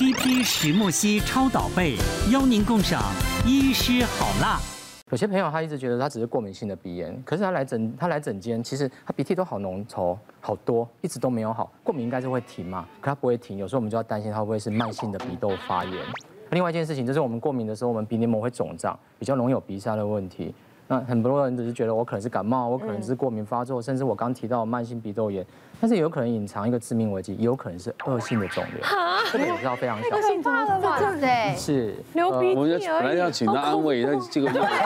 TP 石墨烯超导被，邀您共赏医师好辣。 有些朋友他一直觉得他只是过敏性的鼻炎，可是他来诊间，其实他鼻涕都好浓稠、好多，一直都没有好。过敏应该是会停嘛，可他不会停，有时候我们就要担心他会不会是慢性的鼻窦发炎。另外一件事情就是我们过敏的时候，我们鼻黏膜会肿胀，比较容易有鼻塞的问题。那很多人只是觉得我可能是感冒，我可能只是过敏发作，甚至我刚提到慢性鼻窦炎，但是有可能隐藏一个致命危机，也有可能是恶性的肿瘤，这个也是要非常小心。 性怕了吧？对， 是流鼻涕我们本来要请他安慰，那这个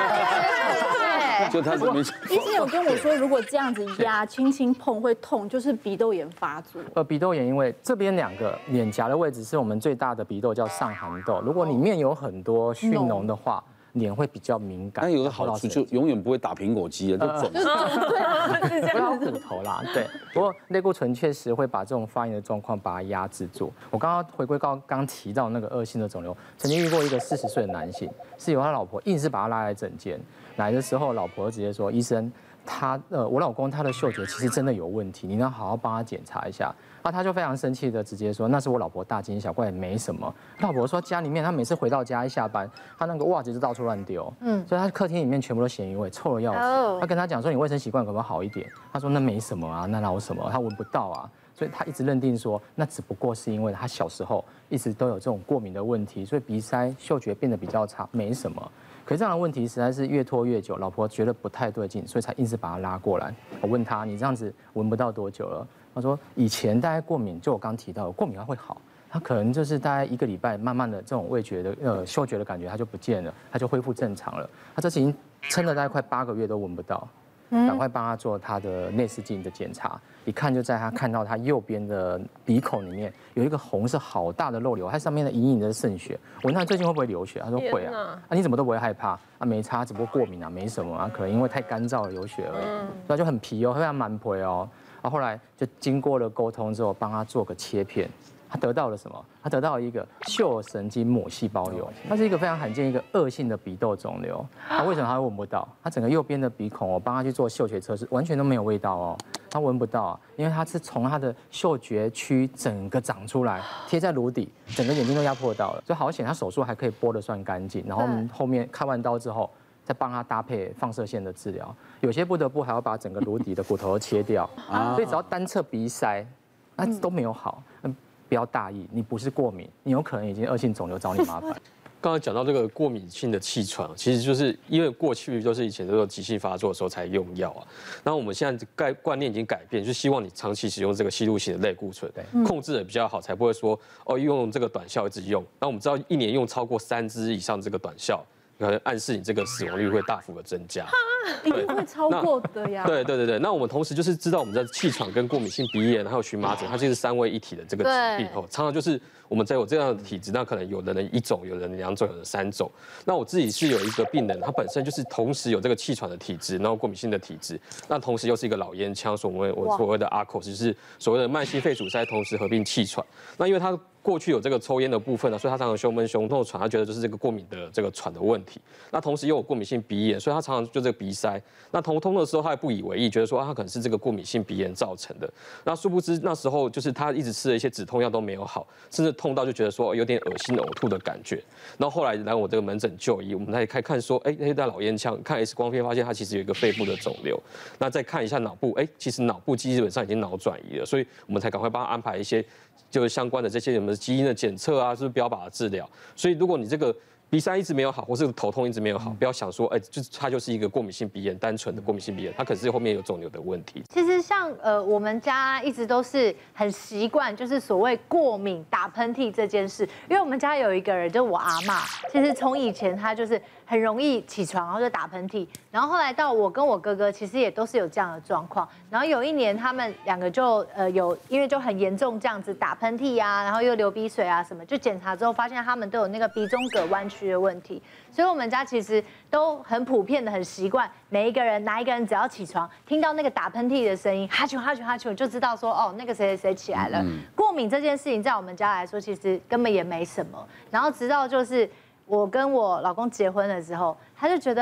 就他是没。 医生有跟我说，如果这样子压、轻轻碰会痛，就是鼻窦炎发作。 鼻窦炎因为这边2个脸颊的位置是我们最大的鼻窦，叫上颌窦，如果里面有很多蓄脓的话。脸会比较敏感， 但有个好处就永远不会打苹果肌了，就肿。 不要骨头啦，对。不过类固醇确实会把这种发炎的状况把它压制住。我刚刚回归到刚提到那个恶性的肿瘤，曾经遇过一个40岁的男性，是由他老婆硬是把他拉来诊间，来的时候老婆直接说：“医生，我老公他的嗅觉其实真的有问题，你要好好帮他检查一下。”那他就非常生气的直接说：“那是我老婆大惊小怪，没什么。”他老婆说：“家里面他每次回到家一下班，他那个袜子就到处乱丢，所以他客厅里面全部都咸鱼味，臭的要死。他跟他讲说：“你卫生习惯可不可以好一点？”他说：“那没什么啊，那哪有什么？他闻不到啊。”所以他一直认定说，那只不过是因为他小时候一直都有这种过敏的问题，所以鼻塞、嗅觉变得比较差，没什么。可是这样的问题实在是越拖越久，老婆觉得不太对劲，所以才硬是把他拉过来。我问他：“你这样子闻不到多久了？”他说：“以前大概过敏，就我刚提到的过敏它会好，他可能就是大概1个礼拜，慢慢的这种味觉的嗅觉的感觉它就不见了，它就恢复正常了。他这次已经撑了大概快8个月都闻不到，赶快帮他做他的内视镜的检查，一看就在他看到他右边的鼻孔里面有一个红色好大的肉瘤，它上面的隐隐的渗血。我问他最近会不会流血，他说会啊。啊你怎么都不会害怕？啊没差，只不过过敏啊，没什么啊，可能因为太干燥了流血而已。所以就很皮哦，非常蛮皮哦。后来就经过了沟通之后，帮他做个切片，他得到了什么？他得到了一个嗅耳神经母细胞瘤，它是一个非常罕见一个恶性的鼻窦肿瘤。他为什么他会闻不到？他整个右边的鼻孔，我帮他去做嗅觉测试，完全都没有味道哦，他闻不到啊，因为他是从他的嗅觉区整个长出来，贴在颅底，整个眼睛都压迫到了，所以好险他手术还可以剥得算干净，然后我们后面开完刀之后。再帮他搭配放射线的治疗，有些不得不还要把整个颅底的骨头切掉，所以只要单侧鼻塞，那都没有好，不要大意，你不是过敏，你有可能已经恶性肿瘤找你麻烦。 刚才讲到这个过敏性的气喘，其实就是因为过去就是以前都有急性发作的时候才用药啊，然后我们现在观念已经改变，就希望你长期使用这个吸入型的类固醇，控制的比较好，才不会说用这个短效一直用。那我们知道1年用超过3支以上这个短效。可能暗示你这个死亡率会大幅的增加， 一定会超过的呀。 对。那我们同时就是知道我们在气喘跟过敏性鼻炎还有荨麻疹，它就是3位一体的这个疾病。常常就是我们在有这样的体质，那可能有的人1种，有的人2种，有的3种。那我自己是有一个病人，他本身就是同时有这个气喘的体质，然后过敏性的体质，那同时又是一个老烟枪，我所谓的阿口，就是所谓的慢性肺阻塞，同时合并气喘。那因为他过去有这个抽烟的部分呢，所以他常常胸闷、胸痛、喘，他觉得就是这个过敏的这个喘的问题。那同时又有过敏性鼻炎，所以他常常就这个鼻塞。那痛的时候，他还不以为意，觉得说他可能是这个过敏性鼻炎造成的。那殊不知那时候就是他一直吃了一些止痛药都没有好，甚至痛到就觉得说有点恶心、呕吐的感觉。然后后来来我这个门诊就医，我们来看说，那袋老烟枪，看 X 光片发现他其实有一个肺部的肿瘤。那再看一下脑部，其实脑部基本上已经脑转移了，所以我们才赶快帮他安排一些。就是相关的这些什么基因的检测啊，是不是标靶的治疗？所以如果你这个鼻塞一直没有好，或是头痛一直没有好，不要想说，它就是一个过敏性鼻炎，单纯的过敏性鼻炎，它可是后面有肿瘤的问题。 其实像我们家一直都是很习惯，就是所谓过敏打喷嚏这件事，因为我们家有一个人，就是我阿嬷，其实从以前她就是很容易起床，然后就打喷嚏，然后后来到我跟我哥哥，其实也都是有这样的状况。然后有一年他们2个就因为就很严重这样子打喷嚏啊，然后又流鼻水啊什么，就检查之后发现他们都有那个鼻中隔弯曲的问题，所以我们家其实都很普遍的很习惯，哪一个人只要起床听到那个打喷嚏的声音，哈啾哈啾哈啾，就知道说那个谁谁谁起来了。过敏这件事情在我们家来说其实根本也没什么，然后直到就是我跟我老公结婚的时候，他就觉得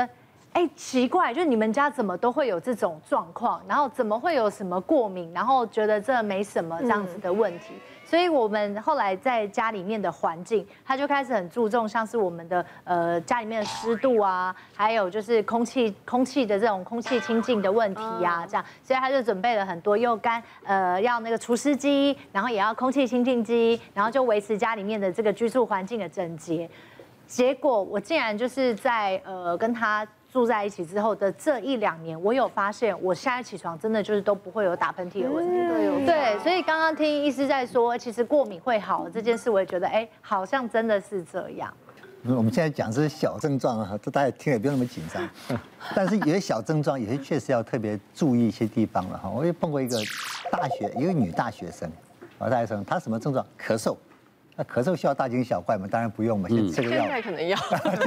奇怪，就是你们家怎么都会有这种状况，然后怎么会有什么过敏，然后觉得这没什么这样子的问题。所以我们后来在家里面的环境，他就开始很注重像是我们的家里面的湿度啊，还有就是空气的这种空气清净的问题啊，这样，所以他就准备了很多又要那个除湿机，然后也要空气清净机，然后就维持家里面的这个居住环境的整洁。结果我竟然就是在跟他住在一起之后的这1-2年，我有发现，我现在起床真的就是都不会有打喷嚏的问题。对，所以刚刚听医师在说，其实过敏会好这件事，我也觉得，好像真的是这样。 我们现在讲是小症状啊，这大家听了也不用那么紧张。但是有些小症状，有些确实要特别注意一些地方了哈。我也碰过一个女大学生，大学生，她什么症状？咳嗽。那咳嗽需要大惊小怪吗？当然不用嘛，先吃个药。 现在可能要。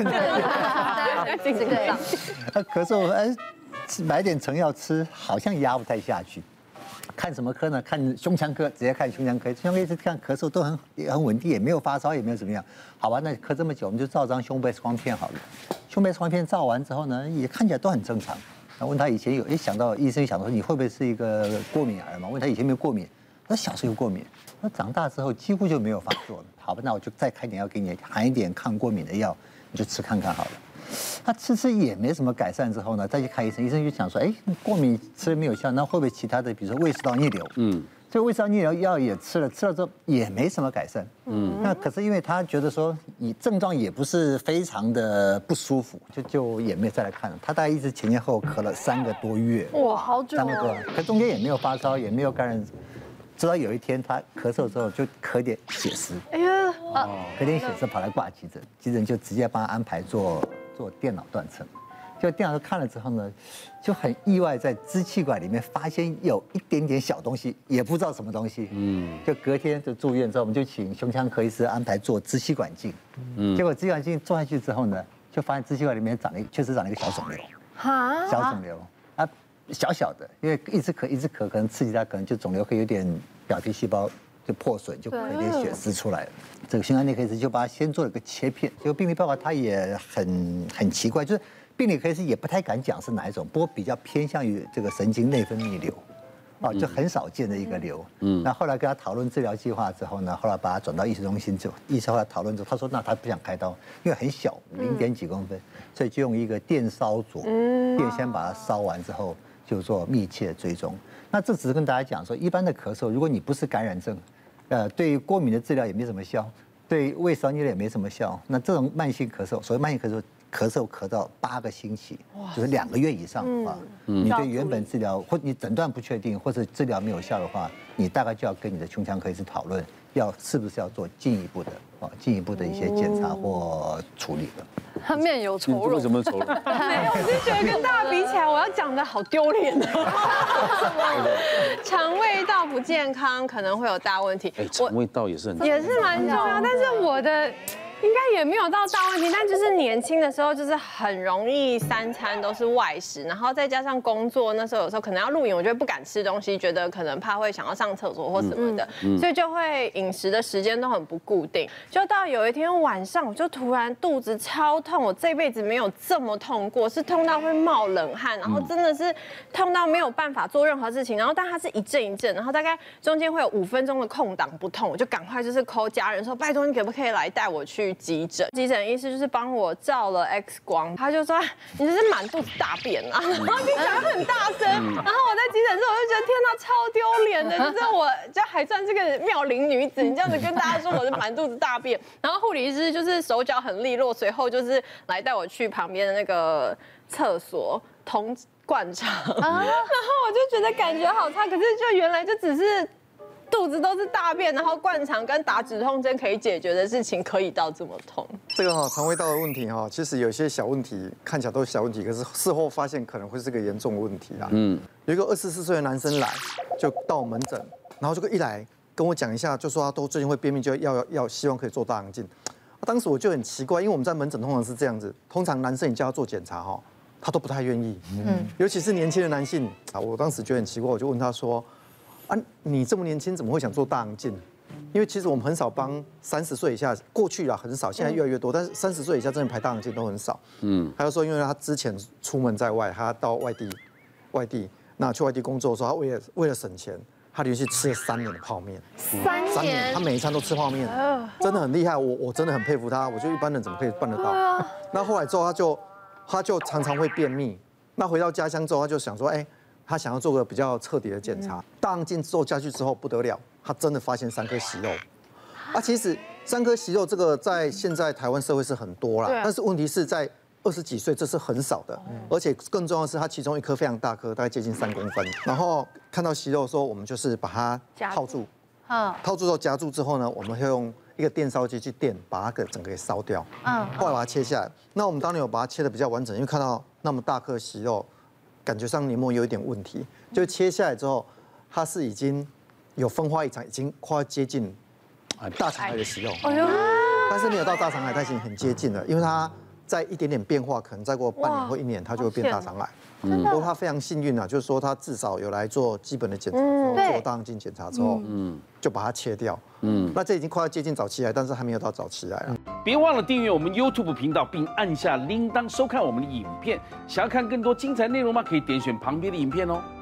对。 他咳嗽，买点成药吃，好像压不太下去。看什么科呢？看胸腔科，直接看胸腔科。胸腔科一直看咳嗽都很稳定，也没有发烧，也没有怎么样。好吧，那咳这么久，我们就照张胸背 X 光片好了。胸背 X 光片照完之后呢，也看起来都很正常。问他以前想到医生想说你会不会是一个过敏儿嘛？问他以前没有过敏，他小时候有过敏。那长大之后几乎就没有发作了。好吧，那我就再开点药给你，含一点抗过敏的药，你就吃看看好了。他吃也没什么改善之后呢，再去看医生，医生就想说，过敏吃没有效，那会不会其他的，比如说胃食道逆流？所以胃食道逆流药也吃了之后也没什么改善。那可是因为他觉得说你症状也不是非常的不舒服，就也没有再来看了。他大概一直前后咳了3个多月。 哇，好久。3个多， 可中间也没有发烧，也没有感染。直到有一天他咳嗽之后就咳点血丝，咳点血丝跑来挂急诊，急诊就直接帮他安排做电脑断层，就电脑看了之后呢，就很意外在支气管里面发现有一点点小东西，也不知道什么东西，就隔天就住院之后，我们就请胸腔科医师安排做支气管镜，结果支气管镜做下去之后呢，就发现支气管里面确实长了一个小肿瘤，小肿瘤啊。小小的，因为一直咳，可能刺激它，可能就肿瘤会有点表皮细胞就破损，就有点血丝出来了。这个胸腔内科医师就把它先做了个切片，结果病理报告他也很奇怪，就是病理科医师也不太敢讲是哪一种，不过比较偏向于这个神经内分泌瘤，就很少见的一个瘤。那后来跟他讨论治疗计划之后呢，后来把他转到医学中心之后，医生后来讨论之后，他说那他不想开刀，因为很小，0点几公分，所以就用一个电烧灼，电先把它烧完之后。就做密切追踪。那这只是跟大家讲说，一般的咳嗽，如果你不是感染症，对于过敏的治疗也没什么效，对胃食道逆流也没什么效。那这种慢性咳嗽，所谓慢性咳嗽咳到8个星期，就是2个月以上啊。你对原本治疗或你诊断不确定，或者治疗没有效的话，你大概就要跟你的胸腔科医师讨论，是不是要做进一步的一些检查或处理了。 他面有愁容， 为什么愁容？ 没有，我就觉得跟大家比起来，我要讲的好丢脸肠胃道不健康可能会有大问题。 肠胃道也是蛮重要，但是我的。应该也没有到大问题，但就是年轻的时候，就是很容易3餐都是外食，然后再加上工作，那时候有时候可能要录影，我就不敢吃东西，觉得可能怕会想要上厕所或什么的，所以就会饮食的时间都很不固定。就到有一天晚上，我就突然肚子超痛，我这辈子没有这么痛过，是痛到会冒冷汗，然后真的是痛到没有办法做任何事情，然后但它是一阵一阵，然后大概中间会有5分钟的空档不痛，我就赶快就是 call 家人说，拜托你可不可以来带我去急诊医师就是帮我照了 X 光，他就说你这是满肚子大便啊，然后听起来很大声，然后我在急诊室我就觉得天哪，超丢脸的，就是我就还算是个妙龄女子，你这样子跟大家说我是满肚子大便，然后护理师就是手脚很利落，随后就是来带我去旁边的那个厕所通灌肠，然后我就觉得感觉好差，可是就原来就只是。肚子都是大便，然后灌肠跟打止痛针可以解决的事情，可以到这么痛？ 这个肠胃道的问题其实有些小问题看起来都是小问题，可是事后发现可能会是个严重的问题啦。有一个24岁的男生来，就到门诊，然后就一来跟我讲一下，就说他都最近会便秘，就要希望可以做大肠镜。当时我就很奇怪，因为我们在门诊通常是这样子，通常男生你叫他做检查他都不太愿意，尤其是年轻的男性我当时觉得很奇怪，我就问他说。你这么年轻，怎么会想做大肠镜？ 因为其实我们很少帮30岁以下，过去啊很少，现在越来越多，但是30岁以下真的排大肠镜都很少。还有说，因为他之前出门在外，他到外地，那去外地工作的时候，他为了省钱，他连续吃了3年的泡面。3年，他每一餐都吃泡面，真的很厉害。我真的很佩服他，我觉得一般人怎么可以办得到？那后来之后，他就常常会便秘。那回到家乡之后，他就想说，他想要做个比较彻底的检查。大肠镜做下去之后不得了，他真的发现3颗息肉。其实3颗息肉这个在现在台湾社会是很多啦，但是问题是在20几岁这是很少的，而且更重要的是它其中1颗非常大颗，大概接近3公分。然后看到息肉的时候，我们就是把它套住，套住之后夹住之后呢，我们会用一个电烧机去电，把它整个给烧掉。后来把它切下来。那我们当年有把它切得比较完整，因为看到那么大颗息肉，感觉上黏膜有一点问题，就切下来之后，它是已经有分化异常，已经快要接近大肠癌的息肉。但是没有到大肠癌，它已经很接近了，因为它在一点点变化，可能再过半年或1年，它就会变大肠癌。不过他非常幸运啊，就是说他至少有来做基本的检查，做大肠镜检查之后，就把它切掉。那这已经快要接近早期癌，但是还没有到早期癌了。 别忘了订阅我们 YouTube 频道，并按下铃铛收看我们的影片。想要看更多精彩内容吗？可以点选旁边的影片哦。